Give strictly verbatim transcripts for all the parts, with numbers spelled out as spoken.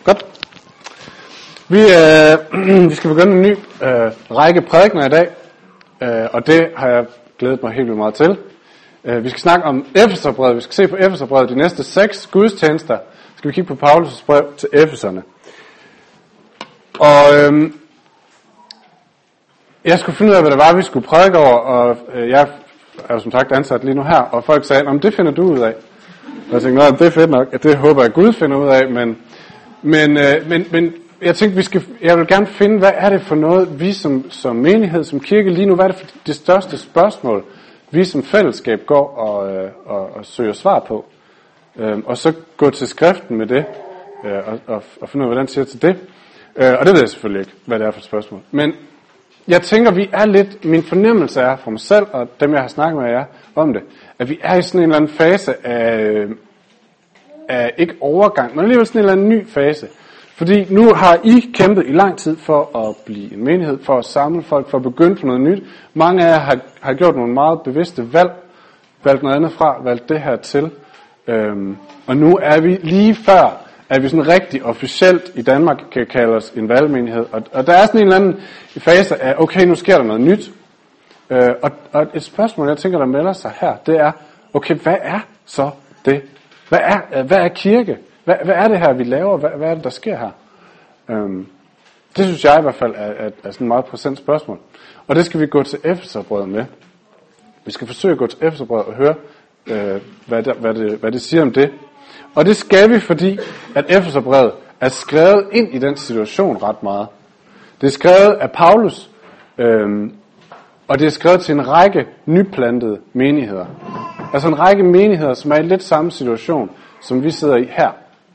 Godt. Vi, øh, vi skal begynde en ny øh, række prædikener i dag, øh, og det har jeg glædet mig helt vildt meget til. Øh, vi skal snakke om Efeserbrevet. Vi skal se på Efeserbrevet de næste seks gudstjenester. Skal vi kigge på Paulus' brev til Efeserne. Og øh, jeg skulle finde ud af, hvad det var, vi skulle prædike over, og øh, jeg er jo som sagt ansat lige nu her, og folk sagde, om det finder du ud af. Og jeg tænkte, det er fedt nok, at det håber jeg Gud finder ud af, men, men, øh, men, men jeg tænkte, vi skal, jeg vil gerne finde, hvad er det for noget, vi som, som menighed, som kirke lige nu, hvad er det for det største spørgsmål, vi som fællesskab går og, øh, og, og søger svar på. Øh, og så gå til skriften med det, øh, og, og, og finde ud af, hvad den siger til det. Øh, og det ved jeg selvfølgelig ikke, hvad det er for et spørgsmål. Men jeg tænker, vi er lidt, min fornemmelse er for mig selv, og dem jeg har snakket med jer om det, at vi er i sådan en eller anden fase af, af ikke overgang, men alligevel sådan en eller anden ny fase. Fordi nu har I kæmpet i lang tid for at blive en menighed, for at samle folk, for at begynde på noget nyt. Mange af jer har, har gjort nogle meget bevidste valg, valgt noget andet fra, valgt det her til. Øhm, og nu er vi lige før, at vi sådan rigtig officielt i Danmark kan kalde os en valgmenighed. Og, og der er sådan en eller anden fase af, okay, nu sker der noget nyt. Øh, og, og et spørgsmål, jeg tænker, der melder sig her, det er, okay, hvad er så det? Hvad er, hvad er kirke? Hvad, hvad er det her, vi laver? Hvad, hvad er det, der sker her? Øhm, det synes jeg i hvert fald er, er, er sådan et meget præsent spørgsmål. Og det skal vi gå til Efeserbrevet med. Vi skal forsøge at gå til Efeserbrevet og høre, øh, hvad, der, hvad, det, hvad det siger om det. Og det skal vi, fordi at Efeserbrevet er skrevet ind i den situation ret meget. Det er skrevet af Paulus, øhm, og det er skrevet til en række nyplantede menigheder. Altså en række menigheder, som er i lidt samme situation, som vi sidder i her.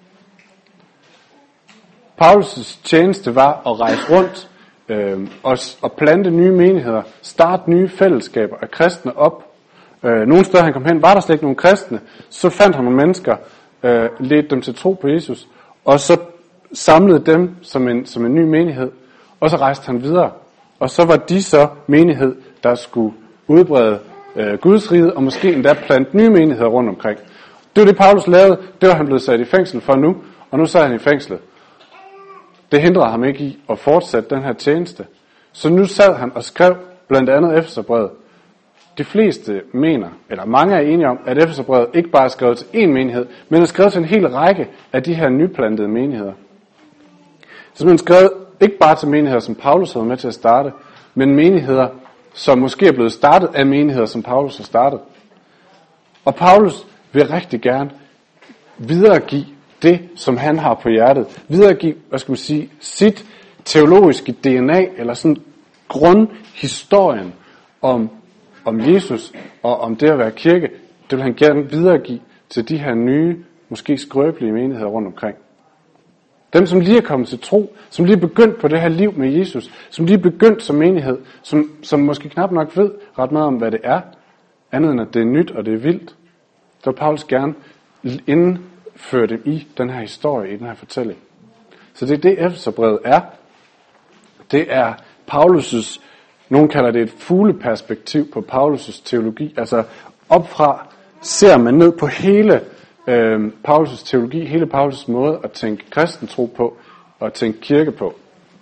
Paulus' tjeneste var at rejse rundt øh, og, og plante nye menigheder, starte nye fællesskaber af kristne op. Øh, nogle steder han kom hen, var der slet ikke nogen kristne, så fandt han nogle mennesker, øh, ledte dem til tro på Jesus, og så samlede dem som en, som en ny menighed, og så rejste han videre. Og så var de så menighed, der skulle udbrede øh, Guds rige, og måske endda plante nye menigheder rundt omkring. Det var det, Paulus lavede. Det var han blevet sat i fængsel for nu, og nu sad han i fængslet. Det hindrede ham ikke i at fortsætte den her tjeneste. Så nu sad han og skrev blandt andet Efeserbrevet. De fleste mener, eller mange er enige om, at Efeserbrevet ikke bare er skrevet til én menighed, men er skrevet til en hel række af de her nyplantede menigheder. Så man skrevet ikke bare til menigheder, som Paulus havde med til at starte, men menigheder, som måske er blevet startet af menigheder, som Paulus har startet. Og Paulus vil rigtig gerne videregive det, som han har på hjertet. Videregive, hvad skal man sige, sit teologiske D N A, eller sådan grundhistorien om, om Jesus og om det at være kirke. Det vil han gerne videregive til de her nye, måske skrøbelige menigheder rundt omkring. Dem, som lige er kommet til tro, som lige er begyndt på det her liv med Jesus, som lige er begyndt som menighed, som, som måske knap nok ved ret meget om, hvad det er, andet end at det er nyt og det er vildt. Så vil Paulus gerne indføre dem i den her historie, i den her fortælling. Så det er det, Efeserbrevet er. Det er Paulus' nogen kalder det et fugleperspektiv på Paulus' teologi. Altså opfra ser man ned på hele øh, Paulus' teologi, hele Paulus' måde at tænke kristen tro på og tænke kirke på.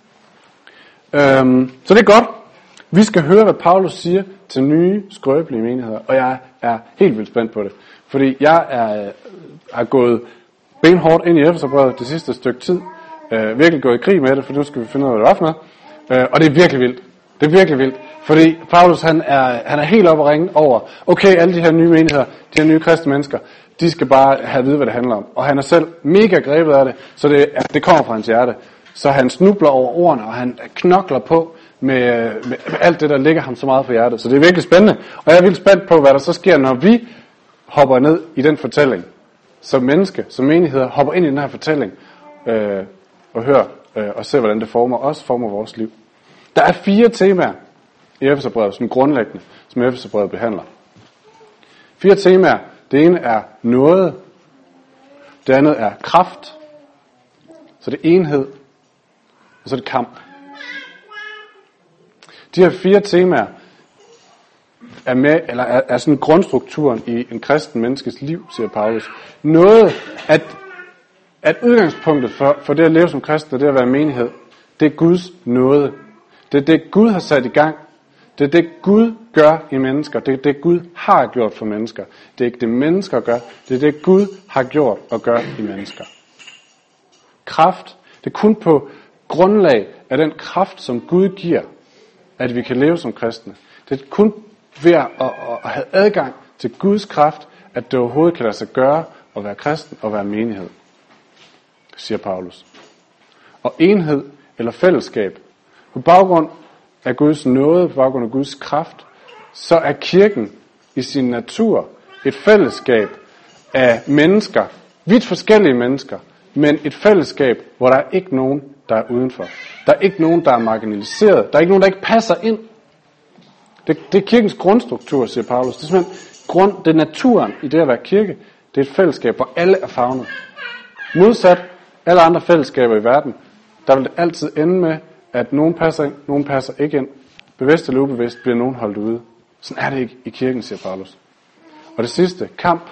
Øhm, så det er godt. Vi skal høre, hvad Paulus siger til nye, skrøbelige menigheder, og jeg er helt vildt spændt på det. Fordi jeg er, har gået benhårdt ind i Efeserbrevet det sidste stykke tid, øh, virkelig gået i krig med det, for nu skal vi finde ud af, hvad det var for noget. Øh, og det er virkelig vildt. Det er virkelig vildt, fordi Paulus han er, han er helt oppe at ringe over, okay, alle de her nye menigheder, de her nye kristne mennesker, de skal bare have at vide, hvad det handler om. Og han er selv mega grebet af det, så det, det kommer fra hans hjerte. Så han snubler over ordene, og han knokler på med, med, med alt det, der ligger ham så meget på hjertet. Så det er virkelig spændende, og jeg er vildt spændt på, hvad der så sker, når vi hopper ned i den fortælling. Som menneske, som menigheder, hopper ind i den her fortælling, øh, og hører øh, og ser, hvordan det former os, former vores liv. Der er fire temaer i Efeserbrevet, som grundlæggende, som Efeserbrevet behandler. Fire temaer. Det ene er nåde. Det andet er kraft. Så det er enhed. Og så er det kamp. De her fire temaer er med, eller er, er sådan grundstrukturen i en kristen menneskes liv, siger Paulus. Noget, at at udgangspunktet for, for det at leve som kristen og det at være menighed, det er Guds nåde. Det er det, Gud har sat i gang. Det er det, Gud gør i mennesker. Det er det, Gud har gjort for mennesker. Det er ikke det, mennesker gør. Det er det, Gud har gjort og gør i mennesker. Kraft, det er kun på grundlag af den kraft, som Gud giver, at vi kan leve som kristne. Det er kun ved at, at, at have adgang til Guds kraft, at det overhovedet kan lade sig gøre at være kristen og være menighed, siger Paulus. Og enhed eller fællesskab, på baggrund af Guds nåde, på baggrund af Guds kraft, så er kirken i sin natur et fællesskab af mennesker, vidt forskellige mennesker, men et fællesskab, hvor der er ikke nogen, der er udenfor. Der er ikke nogen, der er marginaliseret. Der er ikke nogen, der ikke passer ind. Det, det er kirkens grundstruktur, siger Paulus. Det er simpelthen grund, det er naturen i det at være kirke. Det er et fællesskab, hvor alle er favnet. Modsat alle andre fællesskaber i verden, der vil det altid ende med, at nogen passer ind, nogen passer ikke ind. Bevidst eller ubevidst bliver nogen holdt ude. Sådan er det ikke i kirken, siger Paulus. Og det sidste, kamp.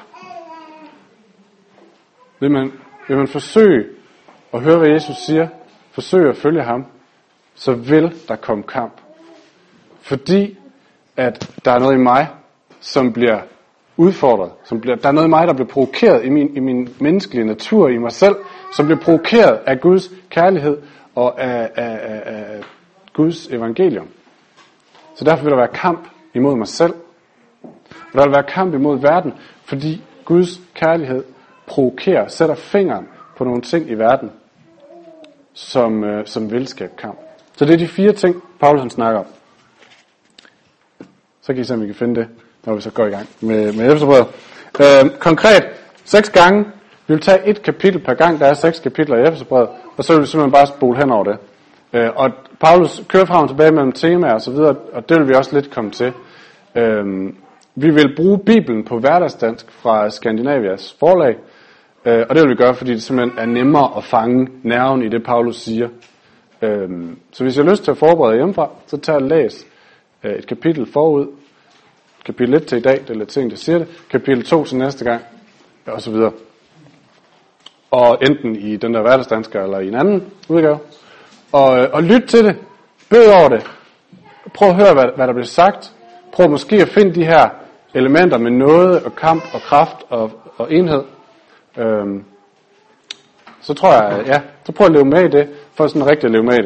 Vil man, vil man forsøge at høre, hvad Jesus siger, forsøge at følge ham, så vil der komme kamp. Fordi at der er noget i mig, som bliver udfordret. Som bliver, der er noget i mig, der bliver provokeret i min, i min menneskelige natur, i mig selv, som bliver provokeret af Guds kærlighed og af, af, af, af Guds evangelium. Så derfor vil der være kamp imod mig selv. Og der vil være kamp imod verden, fordi Guds kærlighed provokerer, sætter fingeren på nogle ting i verden, som, øh, som vil skabe kamp. Så det er de fire ting, Paulus han snakker om. Så kan I se, om I kan finde det, når vi så går i gang med, med Efeserbrevet. Øh, konkret, seks gange. Vi vil tage et kapitel per gang. Der er seks kapitler i Efeserbrevet, og så vil vi simpelthen bare spole hen over det. Øh, og Paulus kører frem og tilbage mellem temaer og så videre, og det vil vi også lidt komme til. Øh, vi vil bruge Bibelen på hverdagsdansk fra Skandinavias forlag, øh, og det vil vi gøre, fordi det simpelthen er nemmere at fange nerven i det, Paulus siger. Øh, så hvis I har lyst til at forberede hjemmefra, så tag og læs øh, et kapitel forud. Kapitel et til i dag, det er lidt sent, der siger det. Kapitel to til næste gang, og så videre. Og enten i den der hverdagsdansker, eller i en anden udgave. Og, og lyt til det. Bed over det. Prøv at høre, hvad, hvad der bliver sagt. Prøv måske at finde de her elementer med noget, og kamp, og kraft, og, og enhed. Øhm, så tror jeg, ja, så prøv at leve med i det, for sådan rigtig at leve med i det.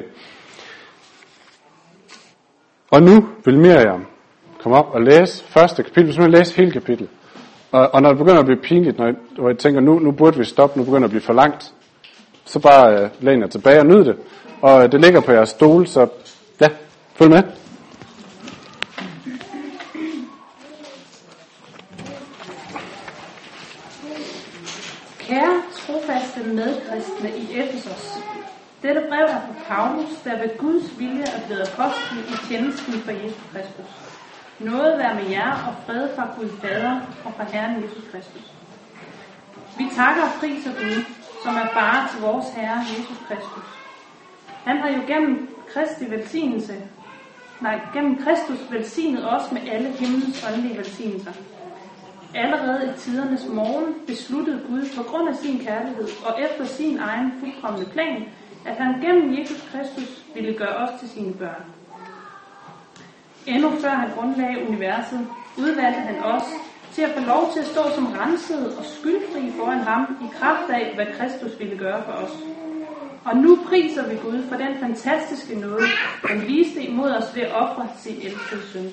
Og nu vil Miriam komme op og læse første kapitel. Vi skal læse hele kapitlet. Og, og når det begynder at blive pinligt, når jeg, når jeg tænker, nu, nu burde vi stoppe, nu begynder det at blive for langt, så bare øh, læn jer tilbage og nyd det. Og øh, det ligger på jeres stol, så ja, følg med. Kære trofaste medkristne i Efesos, dette brev er fra Paulus, der ved Guds vilje er blevet apostel i tjenesten for Jesus Kristus. Noget være med jer og fred fra Gud Fader og fra Herren Jesus Kristus. Vi takker og priser Gud, som er far til vores Herre Jesus Kristus. Han har jo gennem Kristi velsignelse, nej, gennem Kristus velsignet os med alle himlens åndelige velsignelser. Allerede i tidernes morgen besluttede Gud på grund af sin kærlighed og efter sin egen fuldkomne plan, at han gennem Jesus Kristus ville gøre os til sine børn. Endnu før han grundlagde universet, udvalgte han os til at få lov til at stå som rensede og skyldfri foran ham i kraft af, hvad Kristus ville gøre for os. Og nu priser vi Gud for den fantastiske nåde, han viste imod os ved at ofre sin elskede søn.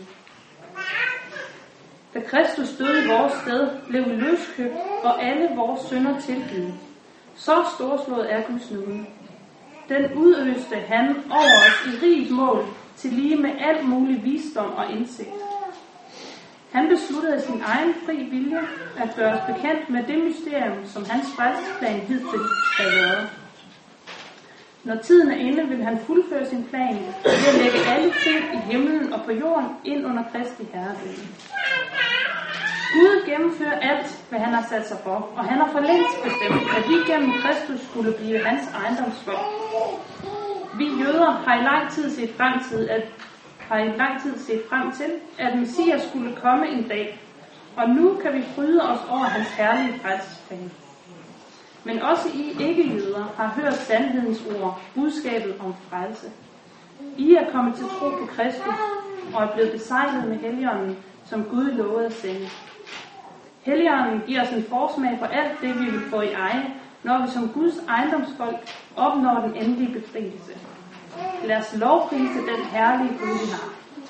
Da Kristus døde i vores sted, blev vi løskøbt og alle vores synder tilgivet. Så storslået er Guds nåde. Den udøste han over os i rigt mål, til lige med alt mulig visdom og indsigt. Han besluttede af sin egen fri vilje at gøre os bekendt med det mysterium, som hans frelsesplan hidtil havde været. Når tiden er inde, vil han fuldføre sin plan ved at lægge alle ting i himlen og på jorden ind under Kristi herredømme. Gud gennemfører alt, hvad han har sat sig for, og han har for længst bestemt, at vi gennem Kristus skulle blive hans ejendomsfolk. Vi jøder har i lang tid set frem til, at har i lang tid set frem til, at Messias skulle komme en dag, og nu kan vi fryde os over hans herlige frelsesplan. men også I ikke-jøder har hørt sandhedens ord, budskabet om frelse. I er kommet til tro på Kristus og er blevet besejlet med Helligånden, som Gud lovede at sende. Helligånden giver os en forsmag på alt det, vi vil få i eje, når vi som Guds ejendomsfolk opnår den endelige befrielse. Lad os lovprise den herlige Gud, vi har.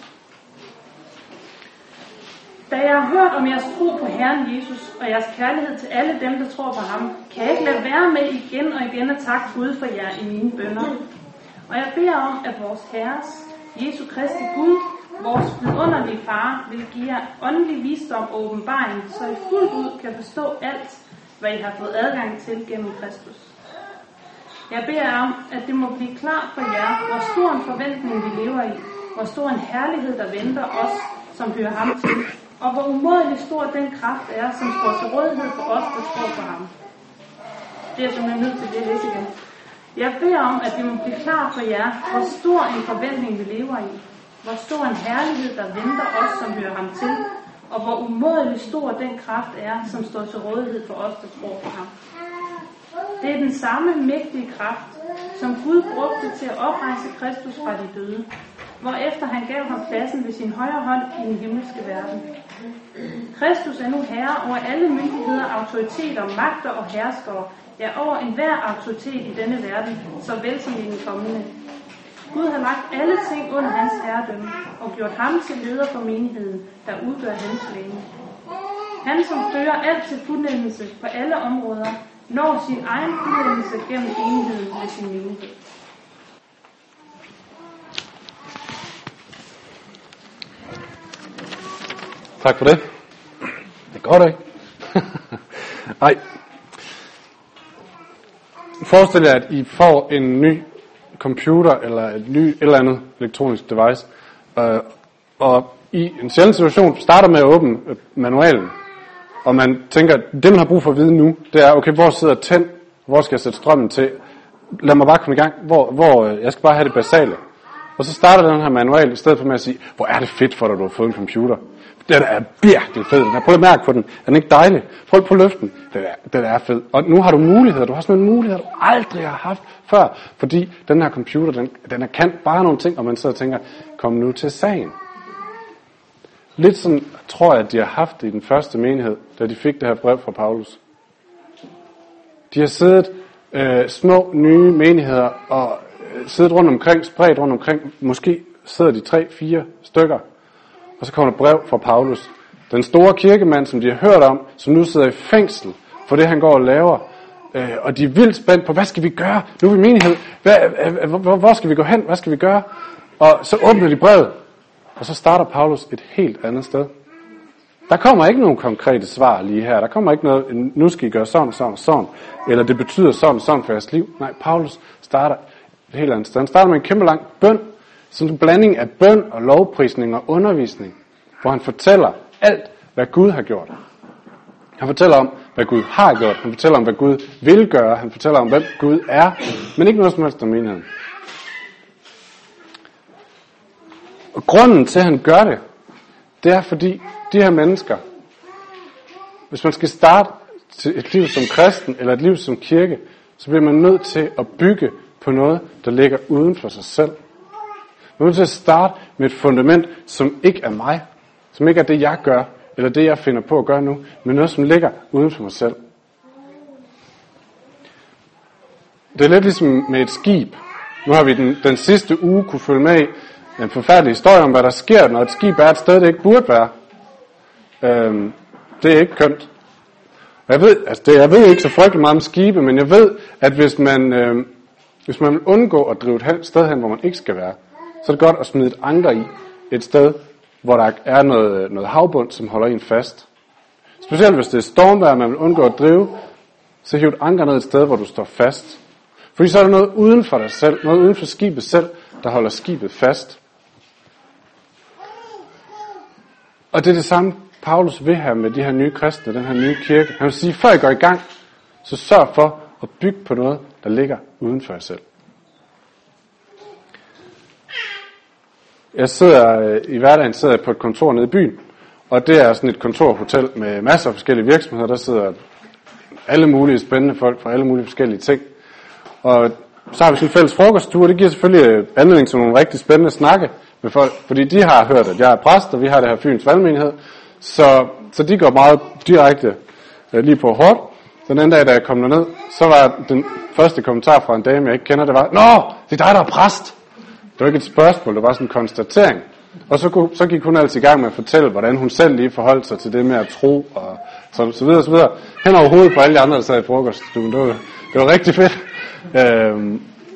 Da jeg har hørt om jeres tro på Herren Jesus og jeres kærlighed til alle dem, der tror på ham, kan jeg ikke lade være med igen og igen at takke Gud for jer i mine bønner. Og jeg beder om, at vores Herres, Jesu Kristi Gud, vores vidunderlige Far, vil give jer åndelig visdom og åbenbaring, så I fuldt ud kan forstå alt, hvad I har fået adgang til gennem Kristus. Jeg beder om, at det må blive klart for jer, hvor stor en forventning vi lever i, hvor stor en herlighed, der venter os, som hører ham til, og hvor umådelig stor den kraft er, som står til rådighed for os, der tror på ham. Det er jeg simpelthen nødt til det at læse igen. Jeg beder om, at det må blive klart for jer, hvor stor en forventning vi lever i, hvor stor en herlighed, der venter os, som hører ham til, og hvor umådelig stor den kraft er, som står til rådighed for os, der tror på ham. Det er den samme mægtige kraft, som Gud brugte til at oprejse Kristus fra de døde, hvorefter han gav ham pladsen ved sin højre hånd i den himmelske verden. Kristus er nu herre over alle myndigheder, autoriteter, magter og herskere, ja, over enhver autoritet i denne verden, såvel som i den kommende. Gud har lagt alle ting under hans herredømme og gjort ham til leder for menigheden, der udgør hans læge. Han, som fører alt til fuldendelse på alle områder, når sin egen fuldendelse gennem enheden med sin menighed. Tak for det. Det er godt, ikke? Nej. Forestil jer, at I får en ny computer eller et ny et eller andet elektronisk device, øh, og i en sjælden situation starter med at åbne manualen, og man tænker, at det man har brug for at vide nu, det er, okay, hvor sidder tænd, hvor skal jeg sætte strømmen til, lad mig bare komme i gang, hvor, hvor jeg skal bare have det basale. Og så starter den her manual, i stedet for med at sige, hvor er det fedt for dig, at du har fået en computer. Den er virkelig fed. Prøv at mærke på den. Er den ikke dejlig? Prøv på løften. Den er, den er fed. Og nu har du muligheder. Du har sådan nogle muligheder, du aldrig har haft før. Fordi den her computer, den, den kan bare nogle ting, og man sidder og tænker, kom nu til sagen. Lidt sådan tror jeg, at de har haft det i den første menighed, da de fik det her brev fra Paulus. De har siddet øh, små, nye menigheder, og øh, siddet rundt omkring, spredt rundt omkring. Måske sidder de tre, fire stykker. Og så kommer der brev fra Paulus, den store kirkemand, som de har hørt om, som nu sidder i fængsel for det, han går og laver. Øh, og de er vildt spændt på, hvad skal vi gøre? Nu er vi menighed. Hvad, øh, hvor, hvor skal vi gå hen? Hvad skal vi gøre? Og så åbner de brevet, og så starter Paulus et helt andet sted. Der kommer ikke nogen konkrete svar lige her. Der kommer ikke noget, nu skal I gøre sådan, sådan, sådan. Eller det betyder sådan, sådan for jeres liv. Nej, Paulus starter et helt andet sted. Han starter med en kæmpe lang bøn. Sådan en blanding af bøn og lovprisning og undervisning, hvor han fortæller alt, hvad Gud har gjort. Han fortæller om, hvad Gud har gjort. Han fortæller om, hvad Gud vil gøre. Han fortæller om, hvem Gud er. Men ikke noget som helst om menigheden. Og grunden til, at han gør det, det er fordi, de her mennesker, hvis man skal starte til et liv som kristen, eller et liv som kirke, så bliver man nødt til at bygge på noget, der ligger uden for sig selv. Man er nødt til at starte med et fundament, som ikke er mig, som ikke er det, jeg gør, eller det, jeg finder på at gøre nu, men noget, som ligger uden for mig selv. Det er lidt ligesom med et skib. Nu har vi den, den sidste uge kunne følge med i en forfærdelig historie om, hvad der sker, når et skib er et sted, det ikke burde være. Øhm, det er ikke kønt. Jeg ved, altså det, jeg ved ikke så frygtelig meget om skibe, men jeg ved, at hvis man, øh, hvis man vil undgå at drive et sted hen, hvor man ikke skal være, så er det godt at smide et anker i et sted, hvor der er noget, noget havbund, som holder en fast. Specielt hvis det er stormvejr, man vil undgå at drive, så hiv et anker ned et sted, hvor du står fast. Fordi så er der noget uden for dig selv, noget uden for skibet selv, der holder skibet fast. Og det er det samme, Paulus vil have med de her nye kristne, den her nye kirke. Han vil sige, før I går i gang, så sørg for at bygge på noget, der ligger uden for jer selv. Jeg sidder i hverdagen sidder jeg på et kontor nede i byen, og det er sådan et kontorhotel med masser af forskellige virksomheder. Der sidder alle mulige spændende folk fra alle mulige forskellige ting. Og så har vi sådan en fælles frokoststue, og det giver selvfølgelig anledning til nogle rigtig spændende snakke med folk, fordi de har hørt, at jeg er præst, og vi har det her Fyns Valgmenighed, så, så de går meget direkte øh, lige på hårdt. Den anden dag, da jeg kom derned, så var den første kommentar fra en dame, jeg ikke kender, det var, nå, det er dig, der er præst. Det var ikke et spørgsmål, det var sådan en konstatering. Og så, så gik hun altså i gang med at fortælle, hvordan hun selv lige forholdt sig til det med at tro, og så, så videre, så videre. Hen over hovedet på alle de andre, der sad i frokoststuen. Det var, det var rigtig fedt. Øhm,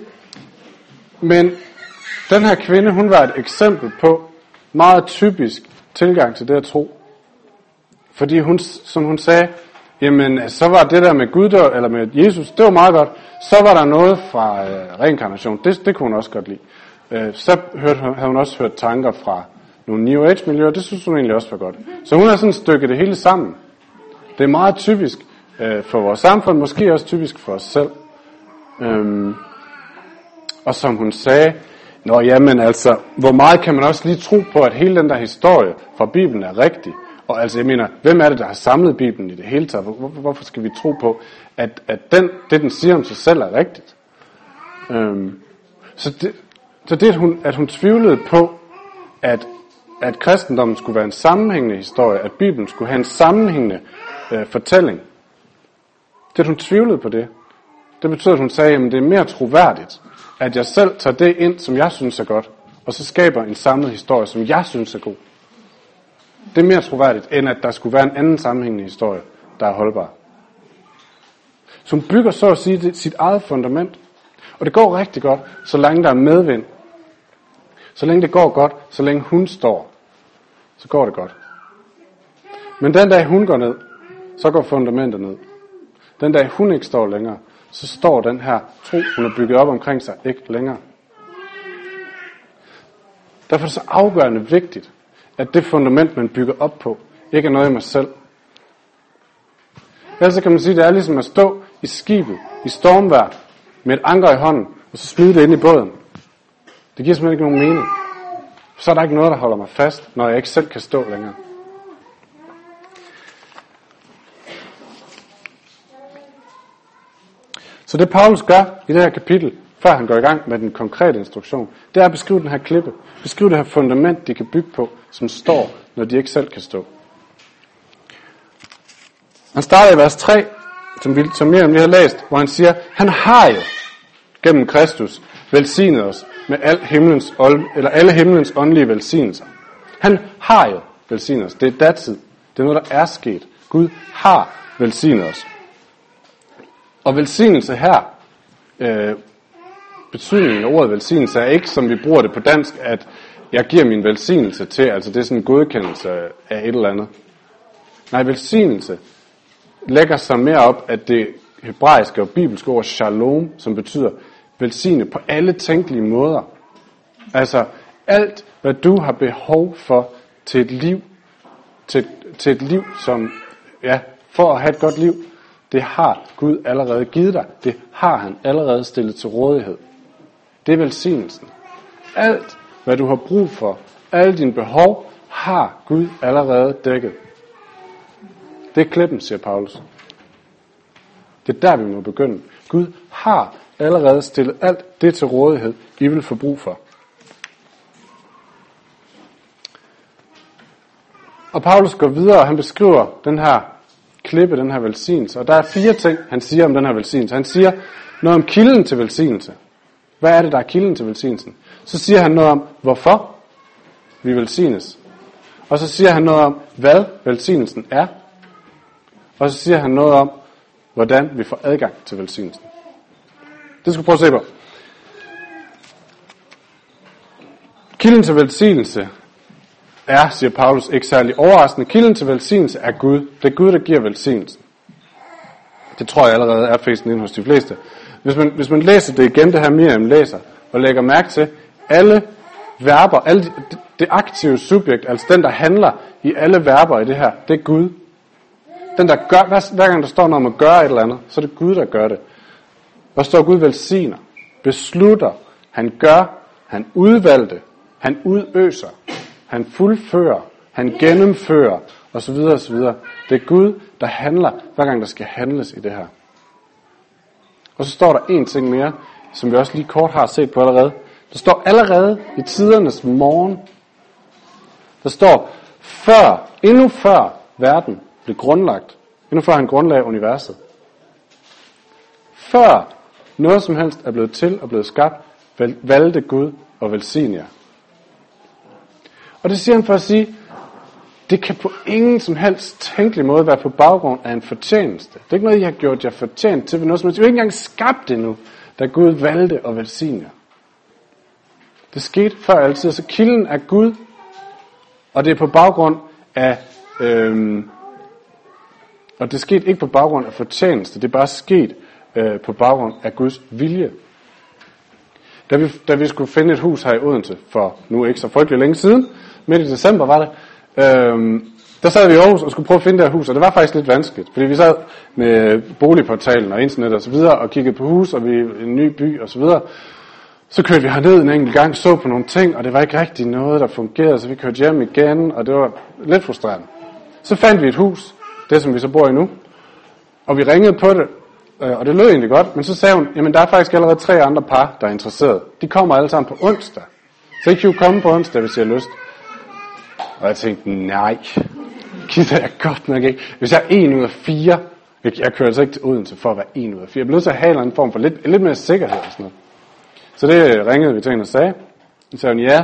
men den her kvinde, hun var et eksempel på meget typisk tilgang til det at tro. Fordi hun, som hun sagde, jamen så var det der med Gud der, eller med Jesus, det var meget godt. Så var der noget fra øh, reinkarnation, det, det kunne hun også godt lide. Øh, så hørte, havde hun også hørt tanker fra nogle New Age miljøer, det synes hun egentlig også var godt. Så hun har sådan stykket det hele sammen. Det er meget typisk øh, for vores samfund, måske også typisk for os selv. Øhm, og som hun sagde, nå jamen altså, hvor meget kan man også lige tro på, at hele den der historie fra Bibelen er rigtig? Og altså jeg mener, hvem er det, der har samlet Bibelen i det hele taget? Hvor, hvor, hvorfor skal vi tro på, at, at den, det den siger om sig selv er rigtigt? Øhm, så det, så det at, hun, at hun tvivlede på, at, at kristendommen skulle være en sammenhængende historie, at Bibelen skulle have en sammenhængende øh, fortælling, det at hun tvivlede på det, det betyder, at hun sagde, at det er mere troværdigt, at jeg selv tager det ind, som jeg synes er godt, og så skaber en samlet historie, som jeg synes er god. Det er mere troværdigt, end at der skulle være en anden sammenhængende historie, der er holdbar. Så hun bygger så at sige sit eget fundament. Og det går rigtig godt, så længe der er medvind. Så længe det går godt, så længe hun står, så går det godt. Men den dag hun går ned, så går fundamentet ned. Den dag hun ikke står længere, så står den her tro, hun har bygget op omkring sig, ikke længere. Derfor er det så afgørende vigtigt, at det fundament, man bygger op på, ikke er noget i mig selv. Ellers kan man sige, at det er ligesom at stå i skibet, i stormvejr, med et anker i hånden, og så smide det ind i båden. Det giver simpelthen ikke nogen mening. Så er der ikke noget, der holder mig fast, når jeg ikke selv kan stå længere. Så det Paulus gør i det her kapitel, før han går i gang med den konkrete instruktion, det er at beskrive den her klippe. Beskrive det her fundament, de kan bygge på, som står, når de ikke selv kan stå. Han starter i vers tre, som, vi, som Miriam lige har læst, hvor han siger, han har jo gennem Kristus velsignet os med al himlens, eller alle himlens åndelige velsignelser. Han har jo velsignet os. Det er datid. Det er noget, der er sket. Gud har velsignet os. Og velsignelse her, øh, betydningen af ordet velsignelse, er ikke, som vi bruger det på dansk, at jeg giver min velsignelse til, altså det er sådan en godkendelse af et eller andet. Nej, velsignelse lægger sig mere op, at det hebraiske og bibelske ord shalom, som betyder velsigne på alle tænkelige måder. Altså alt, hvad du har behov for til et liv, til, til et liv, som, ja, for at have et godt liv, det har Gud allerede givet dig. Det har han allerede stillet til rådighed. Det er velsignelsen. Alt, hvad du har brug for, alle dine behov, har Gud allerede dækket. Det er klippen, siger Paulus. Det er der, vi må begynde. Gud har allerede stillet alt det til rådighed, I vil få brug for. Og Paulus går videre, og han beskriver den her klippe, den her velsignelse. Og der er fire ting, han siger om den her velsignelse. Han siger noget om kilden til velsignelse. Hvad er det, der er kilden til velsignelsen? Så siger han noget om, hvorfor vi velsignes. Og så siger han noget om, hvad velsignelsen er. Og så siger han noget om, hvordan vi får adgang til velsignelsen. Det skal vi prøve at se på. Kilden til velsignelse er, siger Paulus, ikke særlig overraskende. Kilden til velsignelse er Gud. Det er Gud, der giver velsignelsen. Det tror jeg allerede er fæsten inde hos de fleste. Hvis man, hvis man læser det igen, det her Miriam læser, og lægger mærke til, alle verber, alle det, det aktive subjekt, altså den, der handler i alle verber i det her, det er Gud. Den, der gør, hver, hver gang der står noget om at gøre et eller andet, så er det Gud, der gør det. Der står Gud velsigner, beslutter, han gør, han udvalgte, han udøser, han fuldfører, han gennemfører, og så videre og så videre. Det er Gud, der handler, hver gang der skal handles i det her. Og så står der en ting mere, som vi også lige kort har set på allerede. Der står allerede i tidernes morgen. Der står, før, endnu før verden blev grundlagt, endnu før han grundlagde universet. Før noget som helst er blevet til og blevet skabt, valgte Gud at velsigne jer. Og det siger han for at sige, det kan på ingen som helst tænkelig måde være på baggrund af en fortjeneste. Det er ikke noget, I har gjort jer fortjent til ved noget som helst. I har ikke engang skabt det nu, da Gud valgte at velsigne jer. Det skete før altid, så kilden er Gud, og det er på baggrund af, øhm, og det skete ikke på baggrund af fortjeneste, det er bare sket øh, på baggrund af Guds vilje. Da vi, da vi skulle finde et hus her i Odense, for nu ikke så frygtelig længe siden, midt i december var det, øhm, der sad vi i Aarhus og skulle prøve at finde det her hus, og det var faktisk lidt vanskeligt, fordi vi sad med boligportalen og internet og så videre, og kiggede på hus, og vi i en ny by og så videre. Så kørte vi herned en enkelt gang, så på nogle ting, og det var ikke rigtig noget, der fungerede, så vi kørte hjem igen, og det var lidt frustrerende. Så fandt vi et hus, det som vi så bor i nu, og vi ringede på det, og det lød egentlig godt, men så sagde hun, jamen der er faktisk allerede tre andre par, der er interesserede. De kommer alle sammen på onsdag, så I kan jo komme på onsdag, hvis I har lyst. Og jeg tænkte, nej, gider jeg godt nok ikke. Hvis jeg er en ud af fire, jeg, jeg kører altså ikke til Odense for at være en ud af fire, jeg bliver nødt til at have en eller anden form for lidt, lidt mere sikkerhed og sådan noget. Så det ringede vi til hende og sagde. Så sagde hun ja.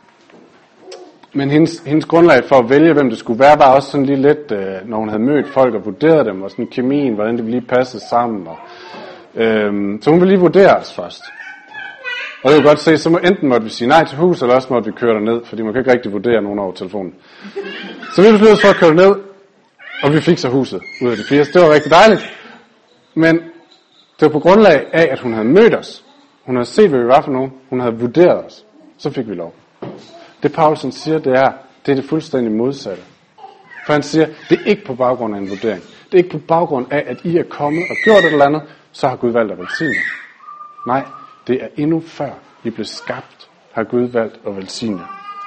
Men hendes, hendes grundlag for at vælge, hvem det skulle være, var også sådan lige lidt, øh, når hun havde mødt folk og vurderet dem, og sådan kemien, hvordan det ville lige passe sammen. Og, øh, så hun ville lige vurdere os først. Og det kunne godt se, så må, enten måtte vi sige nej til hus, eller også måtte vi køre derned, fordi man kan ikke rigtig vurdere nogen over telefonen. Så vi besluttede for at køre ned, og vi fik så huset ud af de fire. Så det var rigtig dejligt. Men det var på grundlag af, at hun havde mødt os. Hun havde set, hvad vi var for nogen. Hun havde vurderet os. Så fik vi lov. Det Paulsen siger, det er, det er det fuldstændig modsatte. For han siger, det er ikke på baggrund af en vurdering. Det er ikke på baggrund af, at I er kommet og gjort et eller andet, så har Gud valgt at velsigne. Nej, det er endnu før I blev skabt, har Gud valgt at velsigne.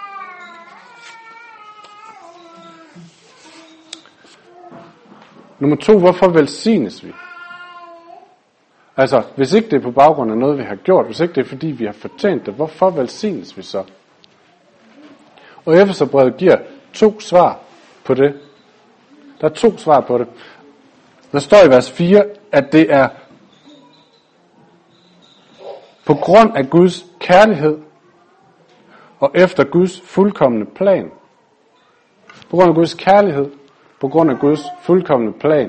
Nummer to, hvorfor velsignes vi? Altså, hvis ikke det er på baggrund af noget, vi har gjort, hvis ikke det er fordi, vi har fortjent det, hvorfor velsignes vi så? Og Efeserbrevet giver to svar på det. Der er to svar på det. Der står i vers fire, at det er på grund af Guds kærlighed og efter Guds fuldkomne plan. På grund af Guds kærlighed, på grund af Guds fuldkomne plan.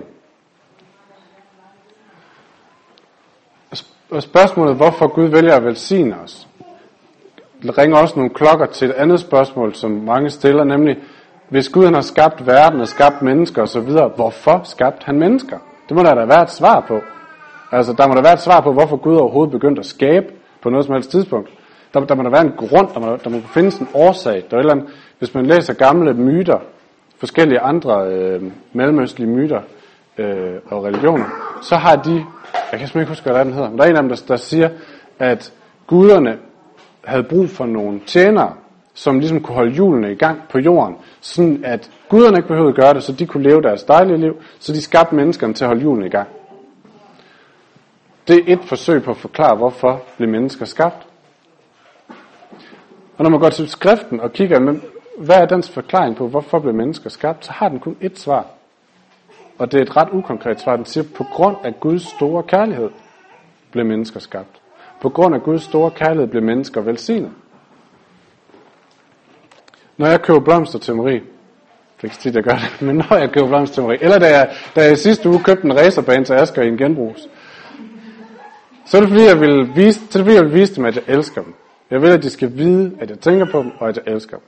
Og spørgsmålet, hvorfor Gud vælger at velsigne os, ringer også nogle klokker til et andet spørgsmål, som mange stiller, nemlig, hvis Gud han har skabt verden og skabt mennesker osv., hvorfor skabte han mennesker? Det må der da være et svar på. Altså, der må der være et svar på, hvorfor Gud overhovedet begyndte at skabe på noget som helst tidspunkt. Der, der må der være en grund, der må, der må findes en årsag. Der er et eller andet, hvis man læser gamle myter, forskellige andre øh, mellemøstlige myter øh, og religioner, så har de, jeg kan simpelthen ikke huske, hvad den hedder, men der er en af dem, der, der siger, at guderne havde brug for nogle tjenere, som ligesom kunne holde hjulene i gang på jorden, sådan at guderne ikke behøvede at gøre det, så de kunne leve deres dejlige liv, så de skabte menneskerne til at holde hjulene i gang. Det er et forsøg på at forklare, hvorfor blev mennesker skabt. Og når man går til skriften og kigger, hvad er dens forklaring på, hvorfor blev mennesker skabt, så har den kun ét svar. Og det er et ret ukonkret svar. Den siger, på grund af Guds store kærlighed blev mennesker skabt. På grund af Guds store kærlighed blev mennesker velsignet. Når jeg køber blomster til Marie, det er ikke tit, jeg gør det, men når jeg køber blomster til Marie, eller da jeg, da jeg sidste uge købte en racerbane til Asger i en genbrugs, så er det fordi, jeg vil vise, så er det fordi, jeg vil vise dem, at jeg elsker dem. Jeg vil, at de skal vide, at jeg tænker på dem, og at jeg elsker dem.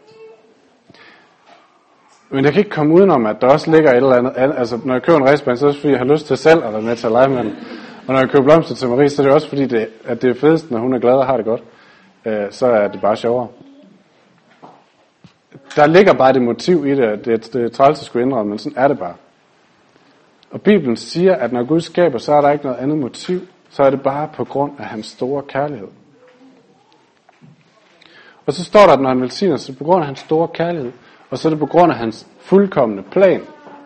Men jeg kan ikke komme udenom, at der også ligger et eller andet. Altså, når jeg køber en racerbane, så er det fordi, jeg har lyst til selv at være med til at lege med den. Og når jeg køber blomster til Marie, så er det også fordi, det, at det er fedest, når hun er glad og har det godt. Øh, så er det bare sjovere. Der ligger bare det motiv i det, at det, det er træls at skulle indrømme, men sådan er det bare. Og Bibelen siger, at når Gud skaber, så er der ikke noget andet motiv. Så er det bare på grund af hans store kærlighed. Og så står der, at når han velsigner, så på grund af hans store kærlighed og så er det på grund af hans fuldkomne plan.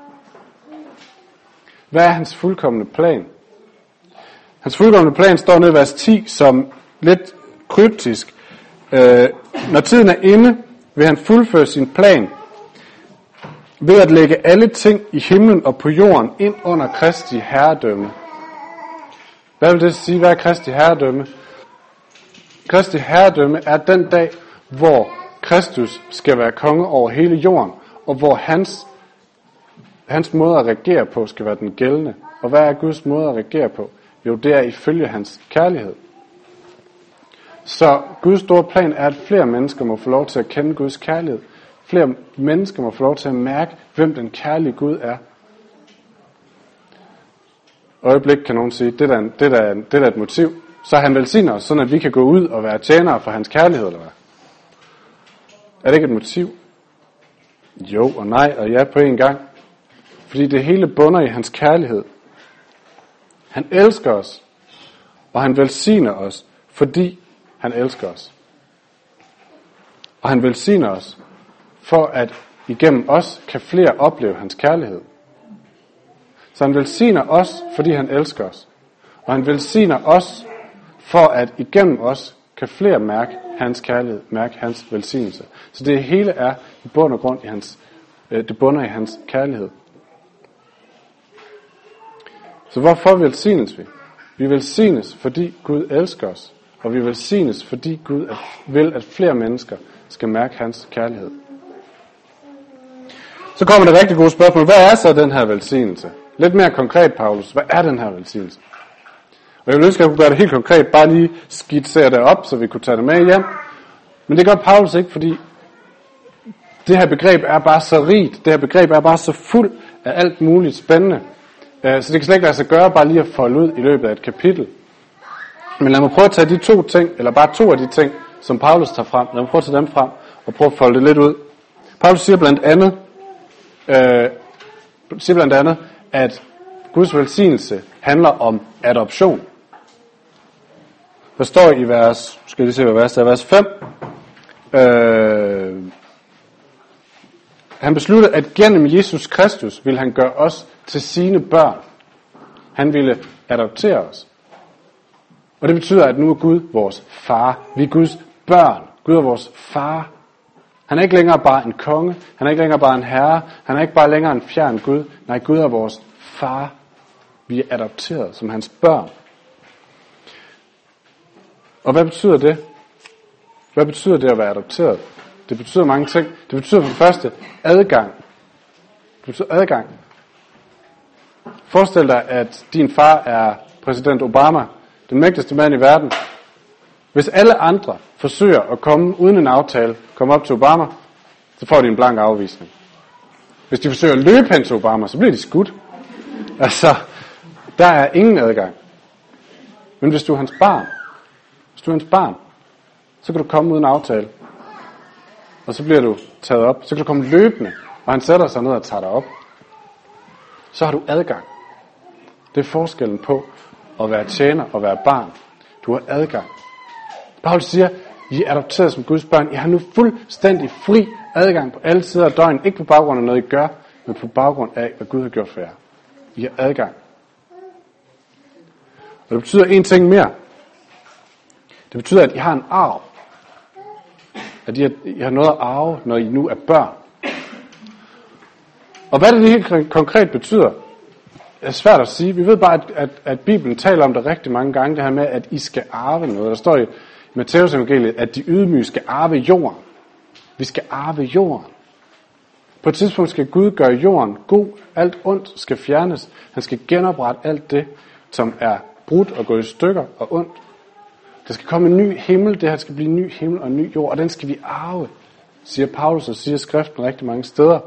Hvad er hans fuldkomne plan? Hans fuldkomne plan står nede i vers ti som lidt kryptisk. Øh, når tiden er inde, vil han fuldføre sin plan ved at lægge alle ting i himlen og på jorden ind under Kristi herredømme. Hvad vil det sige? Hvad er Kristi herredømme? Kristi herredømme er den dag, hvor Kristus skal være konge over hele jorden, og hvor hans, hans måde at regere på skal være den gældende. Og hvad er Guds måde at regere på? Jo, det er ifølge hans kærlighed. Så Guds store plan er, at flere mennesker må få lov til at kende Guds kærlighed. Flere mennesker må få lov til at mærke, hvem den kærlige Gud er. Øjeblik kan nogen sige, det er det er, det er et motiv. Så han velsigner os, sådan at vi kan gå ud og være tjenere for hans kærlighed, eller hvad? Er det ikke et motiv? Jo og nej og ja på en gang. Fordi det hele bunder i hans kærlighed. Han elsker os, og han velsigner os, fordi han elsker os. Og han velsigner os, for at igennem os kan flere opleve hans kærlighed. Så han velsigner os, fordi han elsker os. Og han velsigner os, for at igennem os kan flere mærke hans kærlighed, mærke hans velsignelse. Så det hele er i bund og grund i hans, det bunder i hans kærlighed. Så hvorfor velsignes vi? Vi velsignes, fordi Gud elsker os. Og vi velsignes, fordi Gud vil, at flere mennesker skal mærke hans kærlighed. Så kommer det rigtig gode spørgsmål. Hvad er så den her velsignelse? Lidt mere konkret, Paulus. Hvad er den her velsignelse? Og jeg vil ønske, at jeg kunne gøre det helt konkret. Bare lige skitsere det op, så vi kunne tage det med hjem. Men det gør Paulus ikke, fordi det her begreb er bare så rigt. Det her begreb er bare så fuld af alt muligt spændende. Så det kan slet ikke lade sig gøre bare lige at folde ud i løbet af et kapitel. Men lad mig prøve at tage de to ting, eller bare to af de ting, som Paulus tager frem. Lad mig prøve at tage dem frem og prøve at folde det lidt ud. Paulus siger blandt andet, øh, siger blandt andet, at Guds velsignelse handler om adoption. Der står i vers, skal vi se hvad vers der er, vers fem. Øh, han besluttede, at gennem Jesus Kristus ville han gøre os til sine børn. Han ville adoptere os. Og det betyder, at nu er Gud vores far. Vi er Guds børn. Gud er vores far. Han er ikke længere bare en konge. Han er ikke længere bare en herre. Han er ikke bare længere en fjern Gud. Nej, Gud er vores far. Vi er adopteret som hans børn. Og hvad betyder det? Hvad betyder det at være adopteret? Det betyder mange ting. Det betyder for det første adgang. Det betyder adgang. Forestil dig, at din far er præsident Obama, den mægtigste mand i verden. Hvis alle andre forsøger at komme uden en aftale, komme op til Obama, så får de en blank afvisning. Hvis de forsøger at løbe hen til Obama, så bliver de skudt. Altså, der er ingen adgang. Men hvis du er hans barn, hvis du er hans barn, så kan du komme uden aftale. Og så bliver du taget op. Så kan du komme løbende, og han sætter sig ned og tager dig op. Så har du adgang. Det er forskellen på at være tjener og være barn. Du har adgang. Paulus siger, I er adopteret som Guds børn. I har nu fuldstændig fri adgang på alle sider af døgnet. Ikke på baggrund af noget, I gør, men på baggrund af, hvad Gud har gjort for jer. I har adgang. Og det betyder en ting mere. Det betyder, at I har en arv. At I har, I har noget at arve, når I nu er børn. Og hvad det helt konkret betyder, er svært at sige. Vi ved bare, at, at, at Bibelen taler om det rigtig mange gange, det her med, at I skal arve noget. Der står i Matteus evangeliet, at de ydmyge skal arve jorden. Vi skal arve jorden. På et tidspunkt skal Gud gøre jorden god. Alt ondt skal fjernes. Han skal genoprette alt det, som er brudt og gået i stykker og ondt. Der skal komme en ny himmel. Det her skal blive en ny himmel og en ny jord. Og den skal vi arve, siger Paulus og siger skriften rigtig mange steder.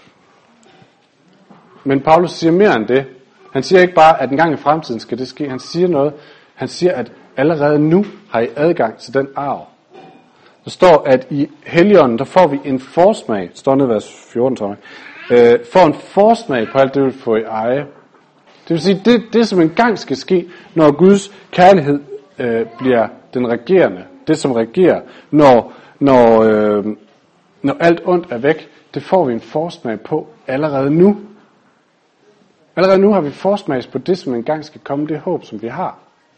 Men Paulus siger mere end det. Han siger ikke bare, at en gang i fremtiden skal det ske. Han siger noget. Han siger, at allerede nu har I adgang til den arv. Der står, at i Helligånden, der får vi en forsmag. Det står nede i vers fjorten, tror jeg. Øh, får en forsmag på alt det, vi får i eje. Det vil sige, det, det som engang skal ske, når Guds kærlighed øh, bliver den regerende. Det som regerer, når, når, øh, når alt ondt er væk. det får vi en forsmag på allerede nu. Allerede nu har vi forsmag på det, som engang skal komme, det håb, som vi har.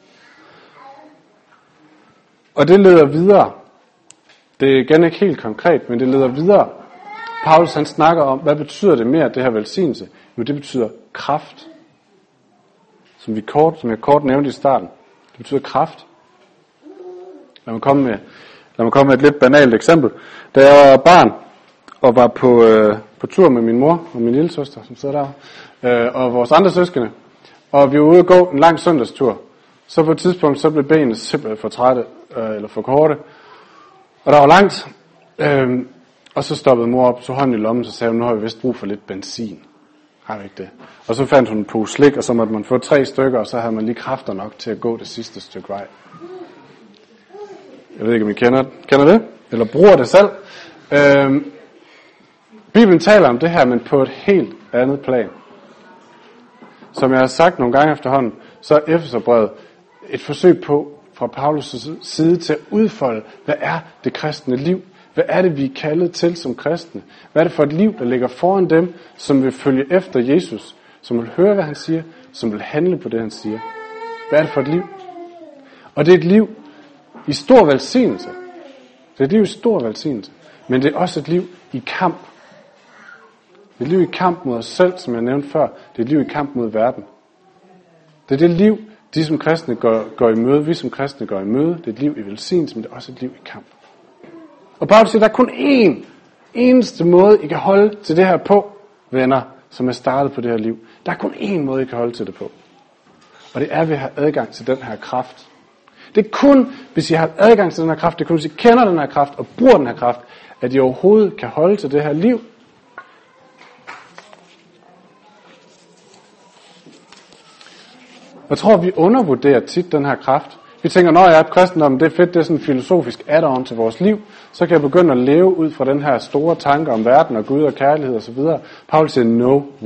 Og det leder videre. Det er igen ikke helt konkret, men det leder videre. Paulus han snakker om, hvad betyder det mere, det her velsignelse? Jo, det betyder kraft. Som, vi kort, som jeg kort nævnte i starten. Det betyder kraft. Lad mig komme med, lad mig komme med et lidt banalt eksempel. Da jeg var barn og var på, øh, på tur med min mor og min lille søster, som sidder der, øh, og vores andre søskende, og vi var ude at gå en lang søndagstur, så på et tidspunkt så blev benene simpelthen for trætte, øh, eller for korte, og der var langt, øh, og så stoppede mor op, så hånden i lommen, så sagde hun, nu har vi vist brug for lidt benzin. Har vi ikke det? Og så fandt hun en pose slik, og så måtte man få tre stykker, og så havde man lige kræfter nok til at gå det sidste stykke vej. Jeg ved ikke, om I kender, kender det, eller bruger det selv. Øhm, Bibelen taler om det her, men på et helt andet plan. Som jeg har sagt nogle gange efterhånden, så er Efeserbrevet et forsøg på, fra Paulus' side, til at udfolde, hvad er det kristne liv? Hvad er det, vi er kaldet til som kristne? Hvad er det for et liv, der ligger foran dem, som vil følge efter Jesus, som vil høre, hvad han siger, som vil handle på det, han siger? Hvad er det for et liv? Og det er et liv i stor velsignelse. Det er et liv i stor velsignelse. Men det er også et liv i kamp. Det er et liv i kamp mod os selv, som jeg nævnte før. Det er et liv i kamp mod verden. Det er det liv, de som kristne går, går i møde, vi som kristne går i møde. Det er et liv i velsignelse, men det er også et liv i kamp. Og Paulus siger, der er kun én eneste måde, I kan holde til det her på, venner, som er startet på det her liv. Der er kun én måde, I kan holde til det på. Og det er ved at have adgang til den her kraft. Det er kun, hvis I har adgang til den her kraft, det er kun, hvis I kender den her kraft og bruger den her kraft, at I overhovedet kan holde til det her liv. Jeg tror, vi undervurderer tit den her kraft. Vi tænker, når jeg er kristendom, det er fedt, det er sådan en filosofisk add-on til vores liv, så kan jeg begynde at leve ud fra den her store tanke om verden og Gud og kærlighed osv. Paulus siger, no